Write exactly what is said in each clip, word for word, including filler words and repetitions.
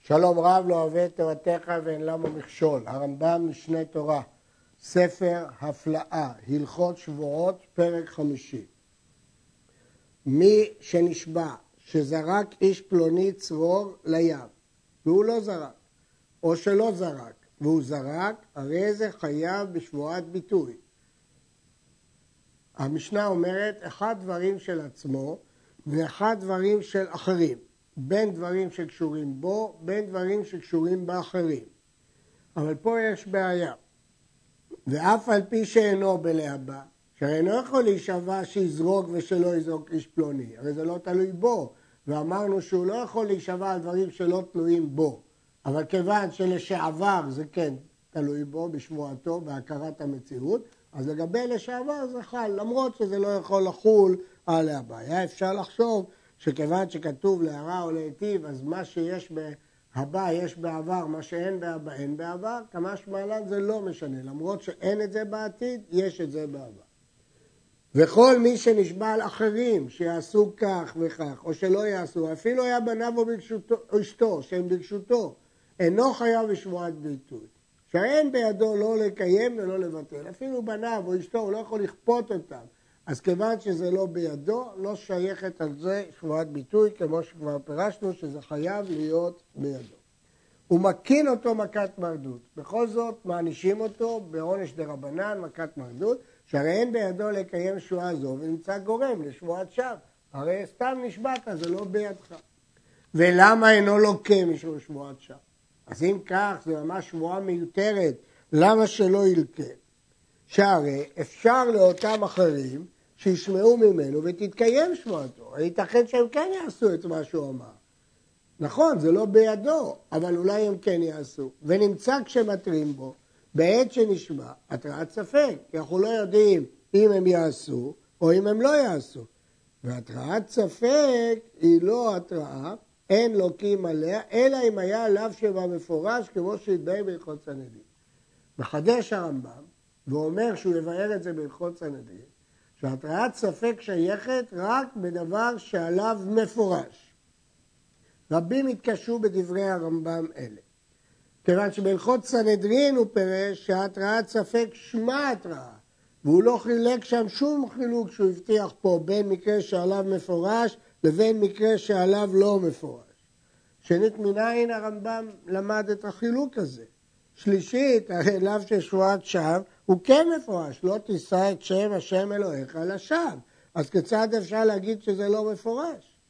שלום רב לא אוהב את תורתך ואין למה מכשול. הרמב"ם משנה תורה, ספר הפלאה, הלכות שבועות, פרק חמישי. מי שנשבע שזרק איש פלוני צרור לים, והוא לא זרק, או שלא זרק, והוא זרק, הרי זה חייב בשבועת ביטוי. המשנה אומרת, אחד דברים של עצמו ואחד דברים של אחרים. בין דברים שקשורים בו, בין דברים שקשורים באחרים. אבל פה יש בעיה. ואף על פי שאינו בלהבא, שהרי אינו יכול להישבע שיזרוק ושלא יזרוק איש פלוני. הרי זה לא תלוי בו. ואמרנו שהוא לא יכול להישבע על דברים שלא תלויים בו. אבל כיוון שלשעבר זה כן תלוי בו, בשבועתו, בהכרת המציאות, אז לגבי לשעבר זה חל, למרות שזה לא יכול לחול על הבעיה. אפשר לחשוב שכיוון שכתוב להרע או להיטיב, אז מה שיש בהבא יש בעבר, מה שאין בהבא אין בעבר, כמה שמעלן זה לא משנה. למרות שאין את זה בעתיד, יש את זה בעבר. וכל מי שנשבע על אחרים שיעשו כך וכך, או שלא יעשו, אפילו היה בניו או, או אשתו, שהם ברשותו, אינו חייב בשבועת ביטוי. שאין בידו לא לקיים ולא לבטל. אפילו בניו או אשתו, הוא לא יכול לכפות אותם. אז כיוון שזה לא בידו, לא שייכת על זה שבועת ביטוי, כמו שכבר פירשנו, שזה חייב להיות בידו. הוא מקין אותו מכת מרדות. בכל זאת, מענישים אותו בעונש דרבנן, מכת מרדות, שהרי אין בידו לקיים שבועה זו, ונמצא גורם לשבועת שווא. הרי סתם נשבעת, זה לא בידך. ולמה אינו לוקה משום שבועת שווא? אז אם כך, זה ממש שבועה מיותרת, למה שלא ילקה? שהרי אפשר לאותם אחרים שישמעו ממנו ותתקיים שבועתו. ייתכן שהם כן יעשו את מה שהוא אמר. נכון, זה לא בידו, אבל אולי הם כן יעשו. ונמצא כשמטרים בו, בעת שנשמע, התרעת ספק. כי אנחנו לא יודעים אם הם יעשו או אם הם לא יעשו. והתרעת ספק היא לא התרעה, אין לוקים עליה, אלא אם היה עליו שבע מפורש, כמו שהתבהר בהלכות סנהדרין. מחדש הרמב"ם, ואומר שהוא יבאר את זה בהלכות סנהדרין, שהתרעת ספק שייכת רק בדבר שעליו מפורש. רבים התקשו בדברי הרמב"ם אלה. כיוון שבהלכות סנהדרין הוא פירש שהתרעת ספק שמה התרעה, והוא לא חילק שם שום חילוק שהוא הבטיח פה בין מקרה שעליו מפורש לבין מקרה שעליו לא מפורש. שנית, מניין הרמב"ם למד את החילוק הזה. שלישית, הרי לאו של שבועת שווא, הוא כן מפורש, לא תישא את שם השם אלוהיך לשווא. אז כיצד אפשר להגיד שזה לא מפורש?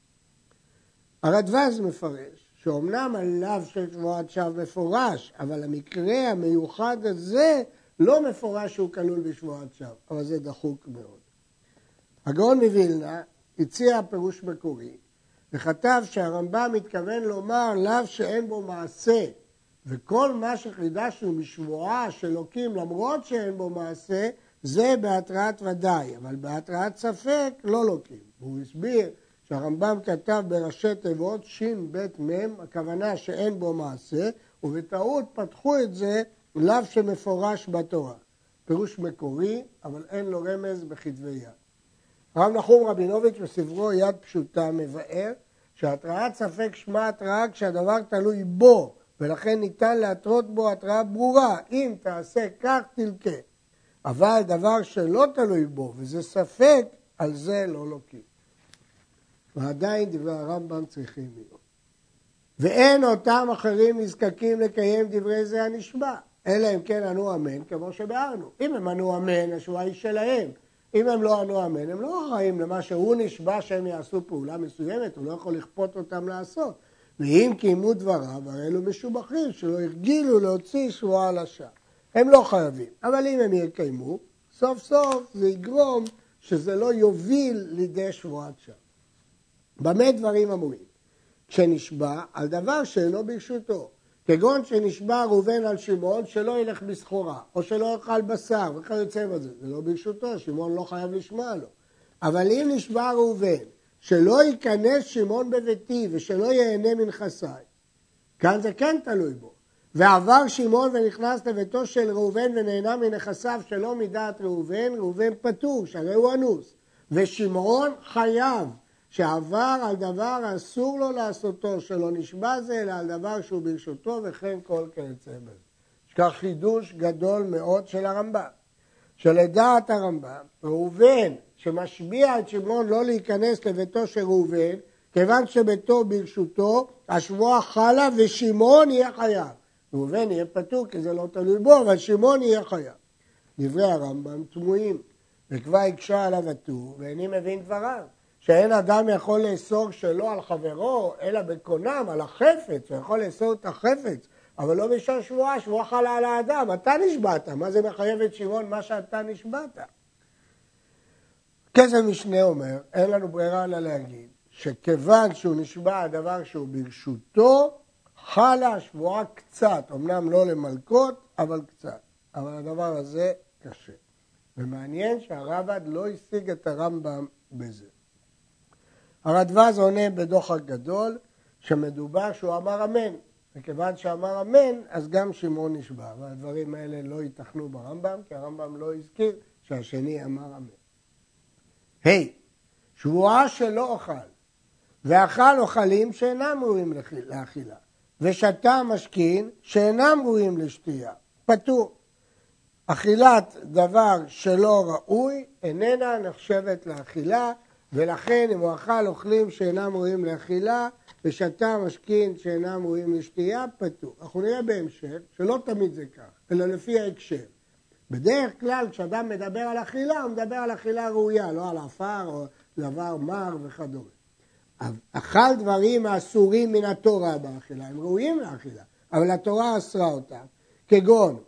הרדב"ז מפרש, שאומנם הלאו של שבועת שווא מפורש, אבל המקרה המיוחד הזה לא מפורש שהוא כלול בשבועת שווא, אבל זה דחוק מאוד. הגאון מווילנה הציע פירוש מקורי, וכתב שהרמב"ם מתכוון לומר לאו שאין בו מעשה, וכל מה שחידשנו משבועה של לוקים למרות שאין בו מעשה, זה בהתראת ודאי, אבל בהתראת ספק לא לוקים. והוא הסביר שהרמב"ם כתב בראשי תיבות שין בית מם, הכוונה שאין בו מעשה, ובטעות פתחו את זה לאו שמפורש בתורה. פירוש מקורי, אבל אין לו רמז בכתבי יד. הרב נחום רבינוביץ' בספרו יד פשוטה מבאר שהתראת ספק שמה התראה כשהדבר תלוי בו, ולכן ניתן להתרות בו התראה ברורה, אם תעשה כך תלכה. אבל דבר שלא תלוי בו, וזה ספק, על זה לא לוקים. ועדיין דברי הרמב"ם צריכים להיות. ואין אותם אחרים נזקקים לקיים דברי זה הנשבע, אלא אם כן ענו אמן, כמו שבארנו. אם הם ענו אמן, השבועה היא שלהם. אם הם לא ענו אמן, הם לא אחראים למה שהוא נשבע שהם יעשו פעולה מסוימת, הוא לא יכול לכפות אותם לעשות. ואם קיימו דבריו, הרי אלו משובחים שלא הרגילו להוציא שבועה על השעה. הם לא חייבים, אבל אם הם יקיימו, סוף סוף זה יגרום שזה לא יוביל לידי שבועת שעה. במה דברים אמורים? כשנשבע על דבר שאינו ברשותו, כגון שנשבע ראובן על שמעון שלא ילך בסחורה, או שלא יאכל בשר, וכיוצא בזה, זה לא ברשותו, שמעון לא חייב לשמוע לו. אבל אם נשבע ראובן, שלא ייכנס שמעון בביתי ושלא ייהנה מנכסיי, כאן זה כן תלוי בו. ועבר שמעון ונכנס לביתו של ראובן ונהנה מנכסיו שלא מדעת ראובן, ראובן פטור, שהרי הוא אנוס. ושמעון חייב, שעבר על דבר אסור לו לעשותו, שלא נשבע זה, אלא על דבר שהוא ברשותו, וכן כל כיוצא בזה. יש כך חידוש גדול מאוד של הרמב"ם, שלדעת הרמב"ם, ראובן שמשביע את שמעון לא להיכנס לביתו של ראובן, כיוון שביתו ברשותו, השבועה חלה ושמעון יהיה חייב. ראובן יהיה פטור כי זה לא תלוי בו, אבל שמעון יהיה חייב. דברי הרמב"ם תמוהים, וכבר הקשה עליו הטור, ואיני מבין דבריו, שאין אדם יכול לאסור שלא על חברו, אלא בקונם, על החפץ, הוא יכול לאסור את החפץ, אבל לא בשביל שבועה, שבועה חלה על האדם, אתה נשבעת, מה זה מחייב את שמעון מה שאתה נשבעת? כסף משנה אומר, אין לנו ברירה אלא להגיד, שכיוון שהוא נשבע הדבר שהוא ברשותו, חלה השבועה קצת, אמנם לא למלכות, אבל קצת. אבל הדבר הזה קשה. ומעניין שהרב"ד לא השיג את הרמב"ם בזה. הרדב"ז עונה בדוח הגדול, שמדובר שהוא אמר אמן. וכיוון שאמר אמן, אז גם שמעון נשבע. והדברים האלה לא ייתכנו ברמב"ם, כי הרמב"ם לא הזכיר שהשני אמר אמן. היי, hey, שבועה שלא אוכל, ואכל אוכלים שאינם ראויים לאכילה, ושתה משכין שאינם ראויים לשתייה, פטור. אכילת דבר שלא ראוי איננה נחשבת לאכילה, ולכן אם הוא אכל אוכלים שאינם ראויים לאכילה, ושתה משכין שאינם ראויים לשתייה, פטור. אנחנו נראה בהמשך שלא תמיד זה כך, אלא לפי ההקשר. בדרך כלל כשאדם מדבר על אכילה, הוא מדבר על אכילה ראויה, לא על עפר או דבר מר וכדומה. אכל דברים האסורים מן התורה באכילה, הם ראויים לאכילה, אבל התורה אסרה אותם, כגון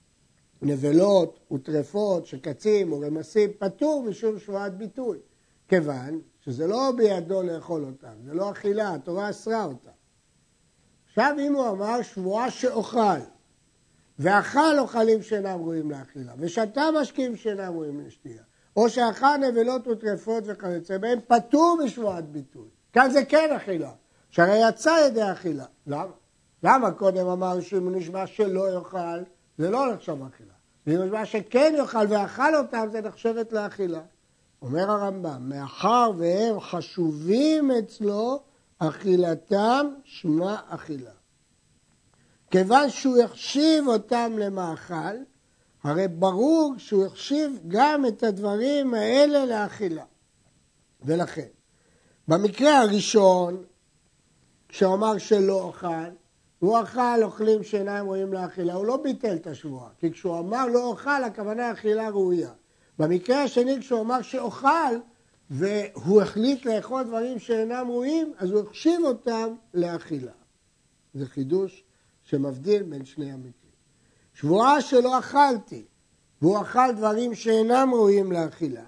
נבלות וטרפות, שקצים ורמסים, פטור משום שבועת ביטוי, כיוון שזה לא בידו לאכול אותם, זה לא אכילה, התורה אסרה אותם. עכשיו אם הוא אמר שבועה שאוכל, ואכל אוכלים שאינם ראויים לאכילה, ושתה משקים שאינם ראויים לשתייה, או שאכל נבלות וטרפות וכיוצא בהם, פטור משבועת ביטוי. כאן זה כן אכילה, שהרי יצא ידי אכילה. למה? למה קודם אמר שאם נשבע שלא יאכל, זה לא נחשב אכילה. ואם נשבע שכן יאכל ואכל אותם, זה נחשבת לאכילה. אומר הרמב"ם, מאחר והם חשובים אצלו, אכילתם שמה אכילה. כיוון שהוא יחשיב אותם למאכל, הרי ברור שהוא יחשיב גם את הדברים האלה לאכילה. ולכן, במקרה הראשון, כשהוא אמר שלא אוכל, הוא אכל אוכלים שאינם ראויים לאכילה, הוא לא ביטל את השבועה, כי כשהוא אמר לא אוכל, הכוונה אכילה ראויה. במקרה השני, כשהוא אמר שאוכל, והוא החליט לאכול דברים שאינם ראויים, אז הוא החשיב אותם לאכילה. זה חידוש שמבדיל בין שני המקרים. שבועה שלא אכלתי, והוא אכל דברים שאינם ראויים לאכילה,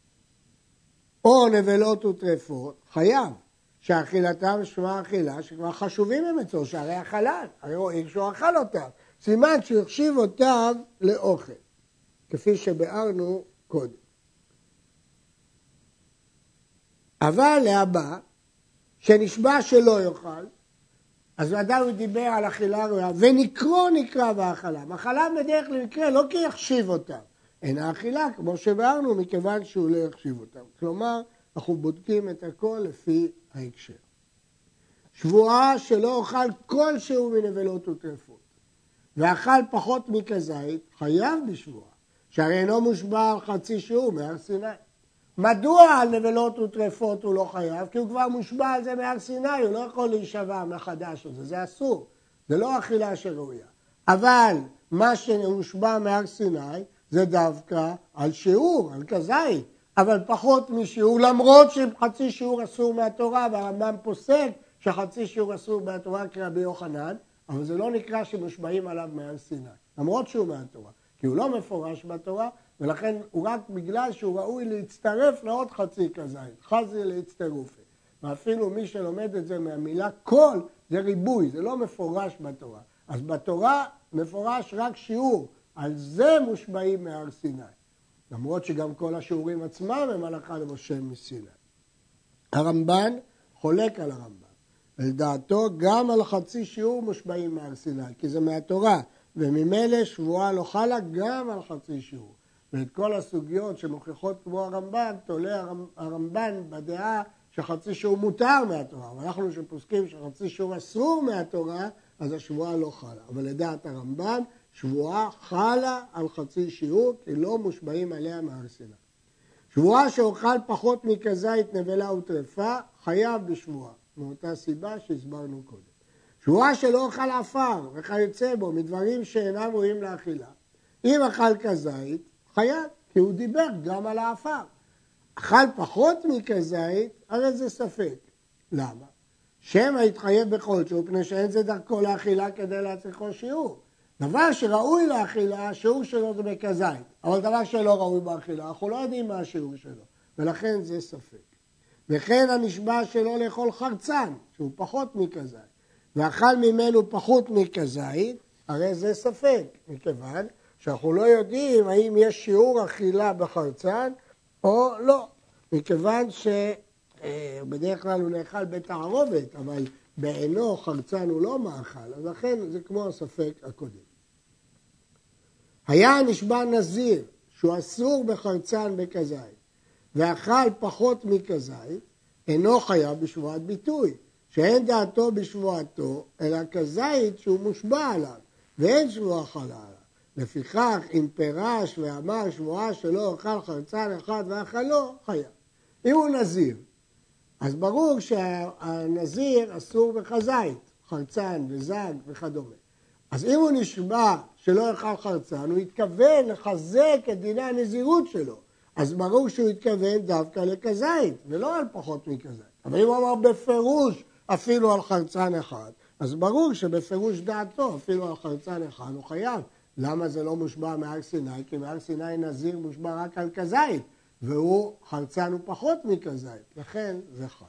או נבלות וטרפות, חייב שאכילתם שמה אכילה, שכבר חשובים הם אצלו, שהרי אכלן, הרי רואים שהוא אכל אותם. סימן שהחשיב אותם לאוכל, כפי שבארנו קודם. אבל להבא, שנשבע שלא יאכל, אז ודאי הוא דיבר על אכילה ראויה, ונקרו נקרא באכלה. מחלה בדרך למקרה לא כי יחשיב אותם, אין האכילה, כמו שבארנו, מכיוון שהוא לא יחשיב אותם. כלומר, אנחנו בודקים את הכל לפי ההקשר. שבועה שלא אוכל כלשהו מנבלות וטרפות, ואכל פחות מכזית, חייב בשבועה, שהרי אינו מושבע על חצי שיעור מהר סיני. מדוע על נבלות וטרפות הוא לא חייב? כי הוא כבר מושבע על זה מהר סיני, הוא לא יכול להישבע מחדש על זה, זה אסור, זה לא אכילה שראויה. אבל מה שמושבע מהר סיני זה דווקא על שיעור, על כזית, אבל פחות משיעור, למרות שחצי שיעור אסור מהתורה, והרמב"ם פוסק שחצי שיעור אסור מהתורה כרבי יוחנן, אבל זה לא נקרא שמושבעים עליו מהר סיני, למרות שהוא מהתורה, כי הוא לא מפורש בתורה, ולכן הוא רק בגלל שהוא ראוי להצטרף לעוד חצי כזית, חזי להצטרופי. ואפילו מי שלומד את זה מהמילה כל, זה ריבוי, זה לא מפורש בתורה. אז בתורה מפורש רק שיעור, על זה מושבעים מהר סיני. למרות שגם כל השיעורים עצמם הם הלכה למשה מסיני. הרמב"ן חולק על הרמב"ן. ולדעתו גם על חצי שיעור מושבעים מהר סיני, כי זה מהתורה, וממילא שבועה לא חלה גם על חצי שיעור. ואת כל הסוגיות שמוכיחות כמו הרמב"ן, תולה הרמב"ן בדעה שחצי שיעור מותר מהתורה, אבל אנחנו שפוסקים שחצי שיעור אסור מהתורה, אז השבועה לא חלה. אבל לדעת הרמב"ם, שבועה חלה על חצי שיעור, כי לא מושבעים עליה מהר סיני. שבועה שאוכל פחות מכזית, נבלה וטרפה, חייב בשבועה, מאותה סיבה שהסברנו קודם. שבועה שלא אוכל עפר וכיוצא בו מדברים שאינם ראויים לאכילה. אם אכל כזית, חייב, כי הוא דיבר גם על העפר. אכל פחות מכזית, הרי זה ספק. למה? שמא יתחייב בכל שהוא, פני שאין זה דרכו לאכילה כדי להצליחו שיעור. דבר שראוי לאכילה, השיעור שלו זה בכזית. אבל דבר שלא ראוי באכילה, אנחנו לא יודעים מה השיעור שלו. ולכן זה ספק. וכן הנשבע שלו לאכול חרצן, שהוא פחות מכזית. ואכל ממנו פחות מכזית, הרי זה ספק. מכיוון שאנחנו לא יודעים האם יש שיעור אכילה בחרצן או לא. מכיוון שבדרך כלל הוא נאכל בתערובת, אבל בעינו חרצן הוא לא מאכל, אז לכן זה כמו הספק הקודם. היה נשבע נזיר שהוא אסור בחרצן בכזית, ואכל פחות מכזית, אינו חייב בשבועת ביטוי, שאין דעתו בשבועתו, אלא כזית שהוא מושבע עליו, ואין שבועה חלה עליו. לפיכך, אם פירש ואמר שבועה שלא אוכל חרצן אחד ואכלו, חייב. אם הוא נזיר, אז ברור שהנזיר אסור בחזית, חרצן וזג וכדומה. אז אם הוא נשבע שלא יאכל חרצן, הוא התכוון לחזק את דיני הנזירות שלו. אז ברור שהוא התכוון דווקא לכזית, ולא על פחות מכזית. אבל אם הוא אמר בפירוש אפילו על חרצן אחד, אז ברור שבפירוש דעתו אפילו על חרצן אחד הוא חייב. למה זה לא מושבע מהר סיני? כי מהר סיני נזיר מושבע רק על כזית, והוא חרצן הוא פחות מכזית, לכן זה חל.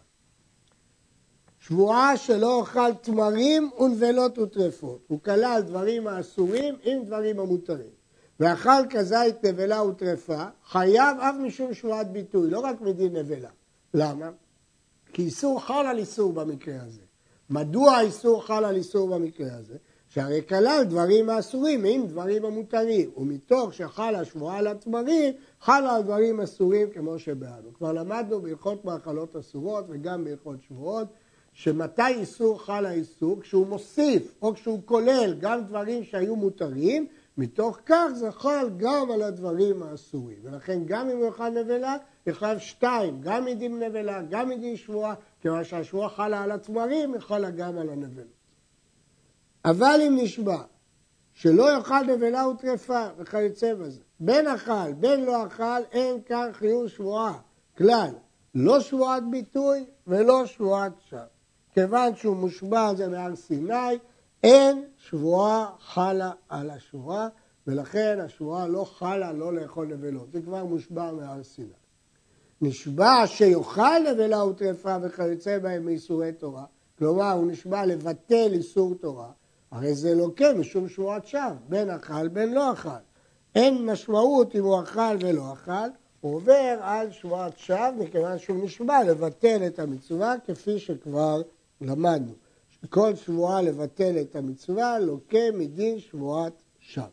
שבועה שלא אוכל תמרים ונבלות וטרפות. הוא כלל דברים האסורים עם דברים המותרים. ואכל כזית, נבלה וטרפה, חייב אף משום שבועת ביטוי, לא רק מדין נבלה. למה? כי איסור חל על איסור במקרה הזה. מדוע האיסור חל על איסור במקרה הזה? שהרי כלל דברים האסורים עם דברים המותרים, ומתוך שחל השבועה על התמרים, חל על דברים אסורים כמו שבאנו. כבר למדנו בהלכות מאכלות אסורות וגם בהלכות שבועות, שמתי איסור חל האיסור? כשהוא מוסיף או כשהוא כולל גם דברים שהיו מותרים, מתוך כך זה חל גם על הדברים האסורים. ולכן גם אם הוא יאכל נבלה, יחייב שתיים, גם מדין נבלה, גם מדין שבועה, כיוון שהשבועה חלה על התמרים, יחלה גם על הנבלות. אבל אם נשבע שלא יאכל נבלה וטרפה וכיוצא בזה, בין אכל, בין לא אכל, אין כאן חיוב שבועה. כלל, לא שבועת ביטוי ולא שבועת שווא. כיוון שהוא מושבע זה מהר סיני, אין שבועה חלה על השבועה, ולכן השבועה לא חלה לא לאכול נבלות. זה כבר מושבע מהר סיני. נשבע שיאכל נבלה וטרפה וכיוצא בהם מאיסורי תורה, כלומר הוא נשבע לבטל איסור תורה, הרי זה לא כן משום שבועת שווא, בין אכל בין לא אכל. אין משמעות אם הוא אכל ולא אכל, הוא עובר על שבועת שווא, מכיוון שהוא נשבע לבטל את המצווה כפי שכבר למדנו. כל שבועה לבטל את המצווה לוקה מדין שבועת שווא.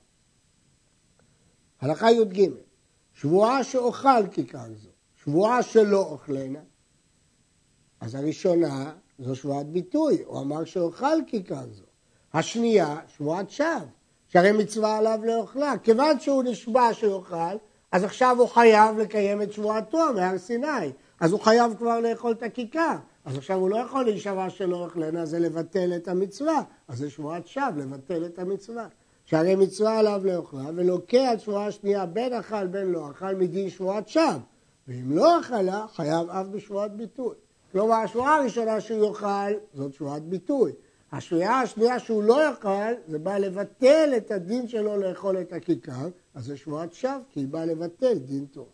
הלכה י"ג, שבועה שאוכל כיכר זו, שבועה שלא אוכלנה, אז הראשונה זו שבועת ביטוי, הוא אמר שאוכל כיכר זו. השנייה, שבועת שווא, שהרי מצווה עליו לאוכלה. כיוון שהוא נשבע שיאכל, אז עכשיו הוא חייב לקיים את שבועתו מהר סיני. אז הוא חייב כבר לאכול את הכיכר. אז עכשיו הוא לא יכול להישבע שלא אוכלנה, זה לבטל את המצווה. אז זה שבועת שווא, לבטל את המצווה. שהרי מצווה עליו לאוכלה, ולוקה על שבועה שנייה בין אכל בין לא אכל מדין שבועת שווא. ואם לא אכלה, חייב אף בשבועת ביטוי. כלומר, השבועה הראשונה שהוא יאכל, זאת שבועת ביטוי. השבועה השנייה שהוא לא יאכל, זה בא לבטל את הדין שלו לאכול את הכיכר, אז זה שבועת שווא, כי היא באה לבטל דין תורה.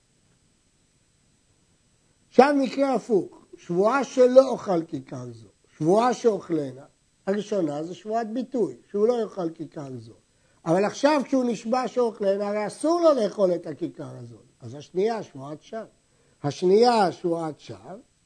עכשיו מקרה הפוך, שבועה שלא אוכל כיכר זו, שבועה שאוכלנה, הראשונה זה שבועת ביטוי, שהוא לא יאכל כיכר זו. אבל עכשיו כשהוא נשבע שאוכלנה, הרי אסור לו לאכול את הכיכר הזאת. אז השנייה שבועת שווא. השנייה שבועת שווא,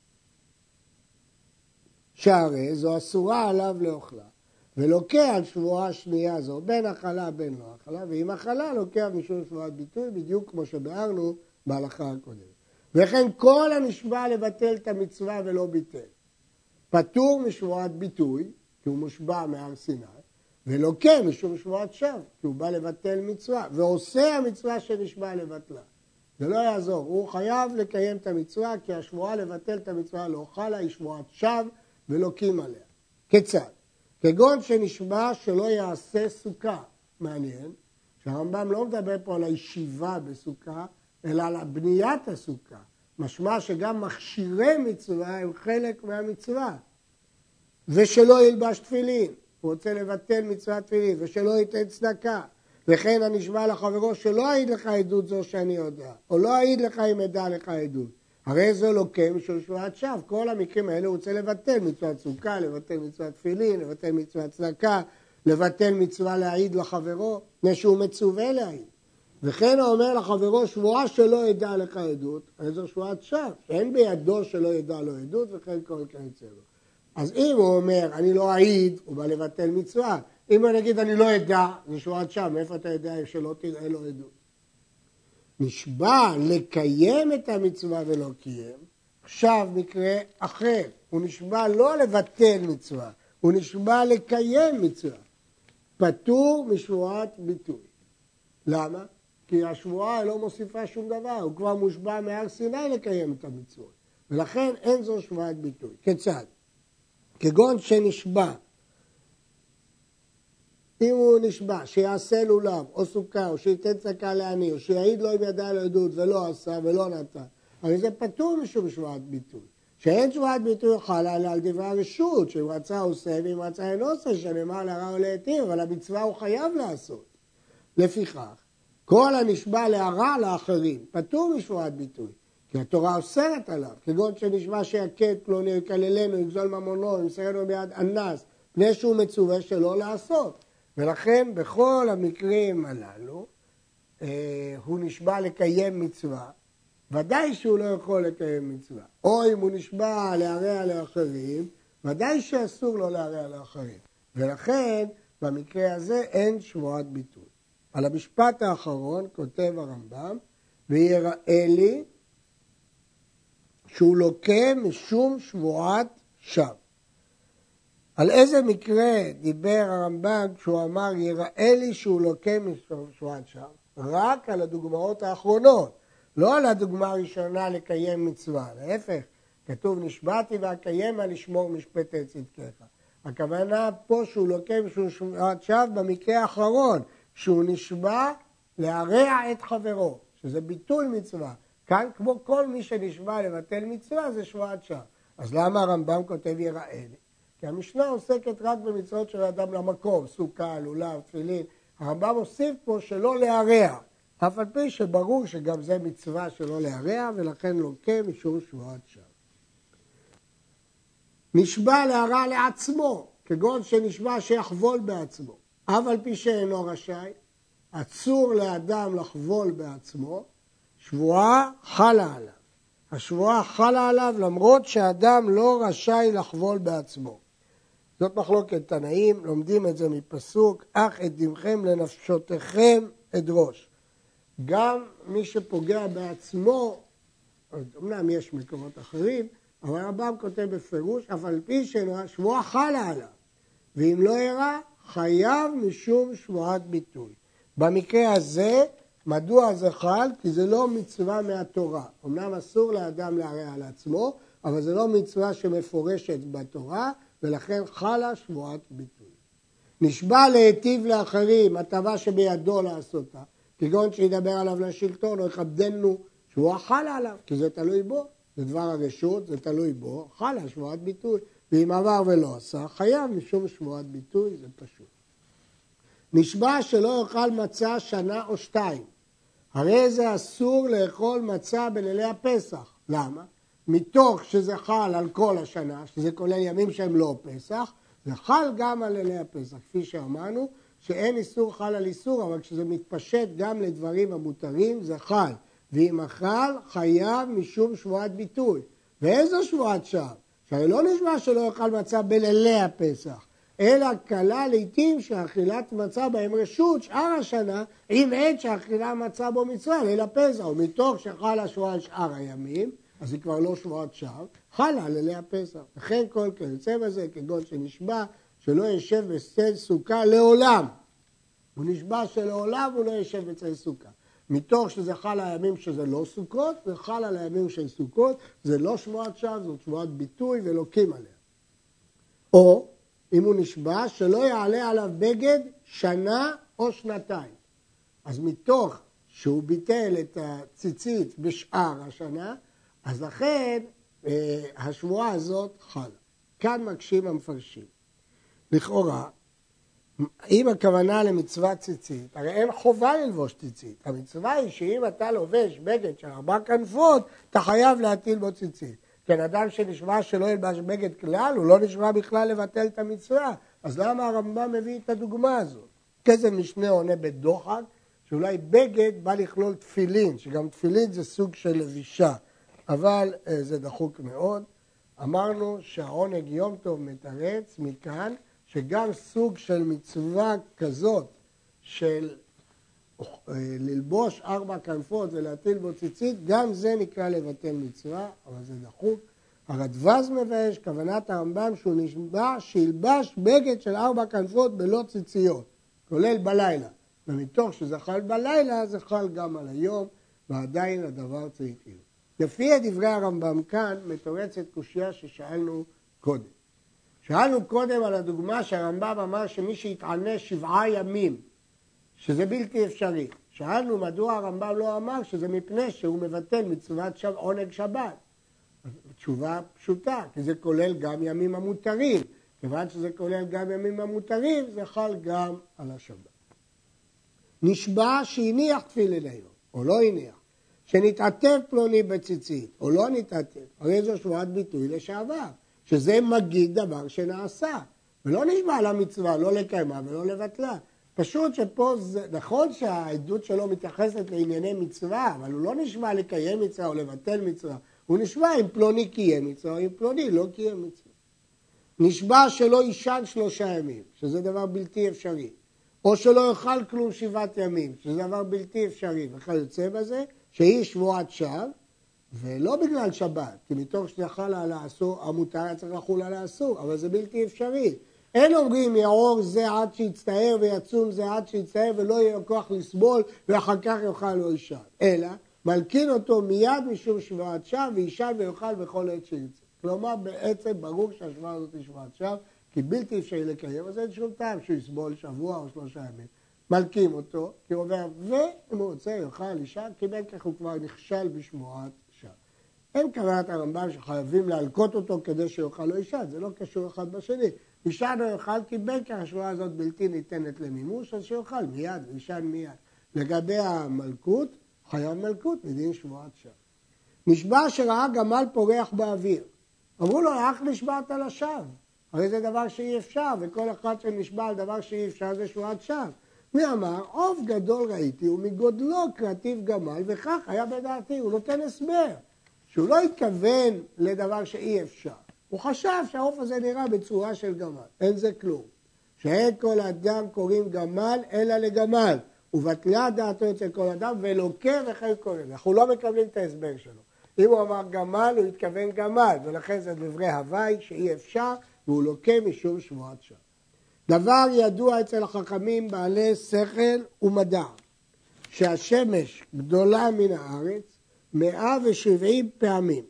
שהרי זו אסורה עליו לאוכלה, ולוקה על שבועה שנייה זו, בין אכלה בין לא אכלה, ואם אכלה לוקה משום שבועת ביטוי, בדיוק כמו שביארנו בהלכה הקודמת. וכן כל הנשבע לבטל את המצווה ולא ביטל. פטור משבועת ביטוי, כי הוא מושבע מהר סיני, ולוקה משום שבועת שווא, כי הוא בא לבטל מצווה, ועושה המצווה שנשבע לבטלה. זה לא יעזור, הוא חייב לקיים את המצווה, כי השבועה לבטל את המצווה לא חלה, היא שבועת שווא ולוקים עליה. כיצד? כגון שנשבע שלא יעשה סוכה. מעניין, שהרמב"ם לא מדבר פה על הישיבה בסוכה, אלא על בניית הסוכה. משמע שגם מכשירי מצווה הם חלק מהמצווה. ושלא ילבש תפילין, הוא רוצה לבטל מצוות תפילין, ושלא ייתן צדקה. וכן הנשבע לחברו שלא אעיד לך עדות זו שאני יודע, או לא אעיד לך אם אדע לך עדות. הרי זה לוקה משום שבועת שווא. כל המקרים האלה הוא רוצה לבטל מצוות סוכה, לבטל מצוות תפילין, לבטל מצוות צדקה, לבטל מצווה להעיד לחברו, מפני שהוא מצווה להעיד. וכן הוא אומר לחברו שבועה שלא ידע לך עדות, הרי זו שבועת שווא, אין בידו שלא ידע לו עדות וכן כל כיוצא לו. אז אם הוא אומר אני לא אעיד, הוא בא לבטל מצווה. אם הוא נגיד אני לא ידע, זה שבועת שווא, מאיפה אתה יודע שלא תראה לו עדות? נשבע לקיים את המצווה ולא קיים, עכשיו מקרה אחר, הוא נשבע לא לבטל מצווה, הוא נשבע לקיים מצווה. פטור משבועת ביטוי. למה? כי השבועה לא מוסיפה שום דבר, הוא כבר מושבע מהר סיני לקיים את המצוות, ולכן אין זו שבועת ביטוי. כיצד? כגון שנשבע, אם הוא נשבע שיעשה לולב או סוכה או שייתן צדקה לעני או שיעיד לו אם ידע לו עדות ולא עשה ולא נתן, הרי זה פטור משום שבועת ביטוי. שאין שבועת ביטוי חלה אלא על דברי הרשות, שאם רצה עושה ואם רצה אינו עושה, שנאמר לרע או להתיר, אבל המצווה הוא חייב לעשות. לפיכך, כל הנשבע להרע לאחרים פטור משבועת ביטוי, כי התורה אוסרת עליו, כגון שנשבע שיכה את פלוני, יקללנו, יגזול ממונו, ימסרנו ביד אנס, פני שהוא מצווה שלא לעשות. ולכן בכל המקרים הללו אה, הוא נשבע לקיים מצווה, ודאי שהוא לא יכול לקיים מצווה. או אם הוא נשבע להרע לאחרים, ודאי שאסור לו להרע לאחרים. ולכן במקרה הזה אין שבועת ביטוי. על המשפט האחרון כותב הרמב"ם, ויראה לי שהוא לוקה משום שבועת שווא. על איזה מקרה דיבר הרמב"ם כשהוא אמר יראה לי שהוא לוקה משום שבועת שווא? רק על הדוגמאות האחרונות, לא על הדוגמה הראשונה לקיים מצווה. להפך, כתוב נשבעתי ואקיימה לשמור משפטי צדקך. הכוונה פה שהוא לוקה משום שבועת שווא במקרה האחרון, שהוא נשבע להרע את חברו, שזה ביטול מצווה. כאן כמו כל מי שנשבע לבטל מצווה זה שבועת שווא. אז למה הרמב"ם כותב יראה לי? כי המשנה עוסקת רק במצוות של האדם למקום, סוכה, לולב, תפילין. הרמב"ם הוסיף פה שלא להרע, אף על פי שברור שגם זה מצווה שלא להרע, ולכן לוקה משום שבועת שווא. נשבע להרע לעצמו, כגון שנשבע שיחבול בעצמו, אף על פי שאינו רשאי, אסור לאדם לחבול בעצמו, שבועה חלה עליו. השבועה חלה עליו למרות שהאדם לא רשאי לחבול בעצמו. זאת מחלוקת תנאים, לומדים את זה מפסוק, אך את דמכם לנפשותיכם אדרוש. גם מי שפוגע בעצמו, אמנם יש מקומות אחרים, אבל הרמב"ם כותב בפירוש, אף על פי שבועה חלה עליו, ואם לא ירא, חייב משום שבועת ביטוי. במקרה הזה, מדוע זה חל? כי זה לא מצווה מהתורה. אמנם אסור לאדם להרע על עצמו, אבל זה לא מצווה שמפורשת בתורה, ולכן חלה שבועת ביטוי. נשבע להיטיב לאחרים, הטבה שבידו לעשותה, כגון שידבר עליו לשלטון או יכבדנו, שבועה חלה עליו, כי זה תלוי בו, זה דבר הרשות, זה תלוי בו, חלה שבועת ביטוי. ואם עבר ולא עשה, חייב משום שבועת ביטוי, זה פשוט. נשבע שלא יאכל מצה שנה או שתיים. הרי זה אסור לאכול מצה בלילי הפסח. למה? מתוך שזה חל על כל השנה, שזה כולל ימים שהם לא פסח, זה חל גם על לילי הפסח. כפי שאמרנו, שאין איסור חל על איסור, אבל כשזה מתפשט גם לדברים המותרים, זה חל. ואם אכל, חייב משום שבועת ביטוי. ואיזו שבועת שווא? שהרי לא נשבע שלא יאכל מצה בלילי הפסח, אלא קלה לעתים שאכילת מצה בהם רשות שאר השנה, אם עת שאכילה מצה בו מצווה, ליל הפסח, ומתוך שחלה שבועה שאר הימים, אז היא כבר לא שבועת שווא, חלה לילי הפסח. וכן כל כיוצא בזה, כגון שנשבע, שלא ישב בצל סוכה לעולם. הוא נשבע שלעולם הוא לא ישב בצל סוכה. מתוך שזה חל על הימים שזה לא סוכות, וחל על הימים של סוכות, זה לא שבועת שווא, זאת שבועת ביטוי ולוקים עליה. או, אם הוא נשבע, שלא יעלה עליו בגד שנה או שנתיים. אז מתוך שהוא ביטל את הציצית בשאר השנה, אז לכן אה, השבועה הזאת חלה. כאן מקשים המפרשים. לכאורה, אם הכוונה למצוות ציצית, הרי אין חובה ללבוש ציצית. המצווה היא שאם אתה לובש בגד של ארבע כנפות, אתה חייב להטיל בו ציצית. כן, אדם שנשבע שלא ילבש בגד כלל, הוא לא נשבע בכלל לבטל את המצווה. אז למה הרמב"ם מביא את הדוגמה הזאת? כזה משנה עונה בדוחק, שאולי בגד בא לכלול תפילין, שגם תפילין זה סוג של לבישה, אבל אה, זה דחוק מאוד. אמרנו שהעונג יום טוב מתרץ מכאן, שגם סוג של מצווה כזאת של ללבוש ארבע כנפות ולהטיל בו ציצית, גם זה נקרא לבטל מצווה, אבל זה דחוק. הרדב"ז מבאש, כוונת הרמב"ם שהוא נשבע שילבש בגד של ארבע כנפות בלא ציציות, כולל בלילה. ומתוך שזה חל בלילה, זה חל גם על היום, ועדיין הדבר צריך להיות. לפי דברי הרמב"ם כאן, מתורצת קושיה ששאלנו קודם. שאלנו קודם על הדוגמה שהרמב"ם אמר שמי שיתענה שבעה ימים, שזה בלתי אפשרי. שאלנו מדוע הרמב"ם לא אמר שזה מפני שהוא מבטל מצוות שב, עונג שבת. תשובה פשוטה, כי זה כולל גם ימים המותרים. כיוון שזה כולל גם ימים המותרים, זה חל גם על השבת. נשבע שהניח תפילין היום, או לא הניח. שנתעטף פלוני בציצית, או לא נתעטף. הרי זו שבועת ביטוי לשעבר. שזה מגיד דבר שנעשה, ולא נשבע על המצווה, לא לקיימה ולא לבטלה. פשוט שפה זה נכון שהעדות שלו מתייחסת לענייני מצווה, אבל הוא לא נשבע לקיים מצווה או לבטל מצווה, הוא נשבע אם פלוני קיים מצווה או אם פלוני לא קיים מצווה. נשבע שלא יישן שלושה ימים, שזה דבר בלתי אפשרי, או שלא יאכל כלום שבעת ימים, שזה דבר בלתי אפשרי, וכיוצא בזה שהיא שבועת שווא, ולא בגלל שבת, כי מתוך שזה חל על האסור, המותר היה צריך לחול על האסור, אבל זה בלתי אפשרי. אין אומרים יעור זה עד שיצטער ויצום זה עד שיצטער ולא יהיה כוח לסבול ואחר כך יאכל לא יישן. אלא מלקין אותו מיד משום שבועת שווא וישן ויאכל בכל עת שיצא. כלומר בעצם ברור שהשבועה הזאת היא שבועת שווא, כי בלתי אפשרי לקיים, אז אין שום טעם שהוא יסבול שבוע או שלושה ימים. מלקים אותו, כי הוא אומר, ואם הוא רוצה יאכל יישן, כי בין כך הוא כבר נכשל בשבועת שווא. אין כוונת הרמב"ם שחייבים להלקות אותו כדי שיאכל לא יישן, זה לא קשור אחד בשני. יישן או יאכל כי בין כך השבועה הזאת בלתי ניתנת למימוש, אז שיאכל מיד, יישן מיד. לגבי המלכות, חייב מלכות מדין שבועת שווא. נשבע שראה גמל פורח באוויר. אמרו לו, איך נשבעת לשווא? הרי זה דבר שאי אפשר, וכל אחד שנשבע על דבר שאי אפשר זה שבועת שווא. מי אמר, עוף גדול ראיתי ומגודלו קרטיב גמל, וכך היה בדעתי, הוא נותן הסבר. שהוא לא התכוון לדבר שאי אפשר. הוא חשב שהעוף הזה נראה בצורה של גמל. אין זה כלום. שאין כל אדם קוראים גמל אלא לגמל. ובטלה דעתו אצל כל אדם ולוקה וכן קוראים. אנחנו לא מקבלים את ההסבר שלו. אם הוא אמר גמל, הוא התכוון גמל. ולכן זה דברי הוואי שאי אפשר, והוא לוקה משום שבועת שווא. דבר ידוע אצל החכמים בעלי שכל ומדע. שהשמש גדולה מן הארץ, מאה ושבעים פעמים.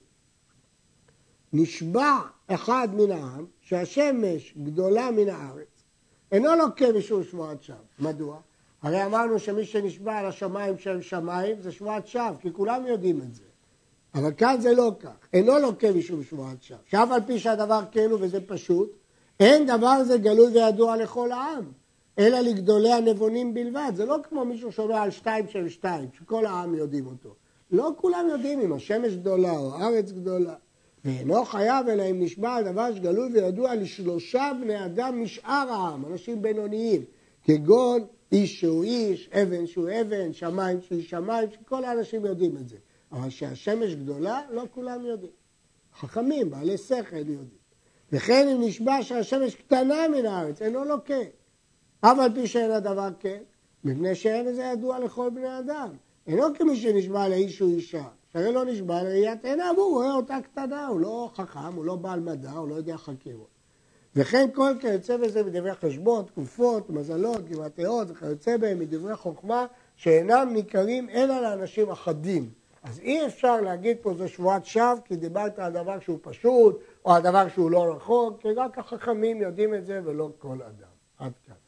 נשבע אחד מן העם שהשמש גדולה מן הארץ. אינו לוקה משום שבועת שווא. מדוע? הרי אמרנו שמי שנשבע על השמיים של שמיים זה שבועת שווא, כי כולם יודעים את זה. אבל כאן זה לא כך. אינו לוקה משום שבועת שווא. שאף על פי שהדבר כן הוא וזה פשוט, אין דבר זה גלוי וידוע לכל העם, אלא לגדולי הנבונים בלבד. זה לא כמו מישהו שאומר על שתיים של שתיים, שכל העם יודעים אותו. לא כולם יודעים אם השמש גדולה או הארץ גדולה. ואינו חייב אלא אם נשבע על דבר שגלוי וידוע לשלושה בני אדם משאר העם, אנשים בינוניים, כגון איש שהוא איש, אבן שהוא אבן, שמיים שהוא שמיים, שכל האנשים יודעים את זה. אבל שהשמש גדולה, לא כולם יודעים. חכמים, בעלי שכל יודעים. וכן אם נשבע שהשמש קטנה מן הארץ, אינו לוקה. אף על פי שאין הדבר כן, מפני שאין איזה ידוע לכל בני אדם. אינו כמי שנשבע לאיש או אישה, שהרי לא נשבע לראיית עיניו, הוא רואה אותה קטנה, הוא לא חכם, הוא לא בעל מדע, הוא לא יודע חקירות. וכן כל כיוצא בזה מדברי חשבון, תקופות, מזלות, גבעתיות וכיוצא בהם מדברי חוכמה, שאינם ניכרים אלא לאנשים אחדים. אז אי אפשר להגיד פה זו שבועת שווא, כי דיברת על דבר שהוא פשוט, או על דבר שהוא לא רחוק, כי רק החכמים יודעים את זה ולא כל אדם. עד כאן.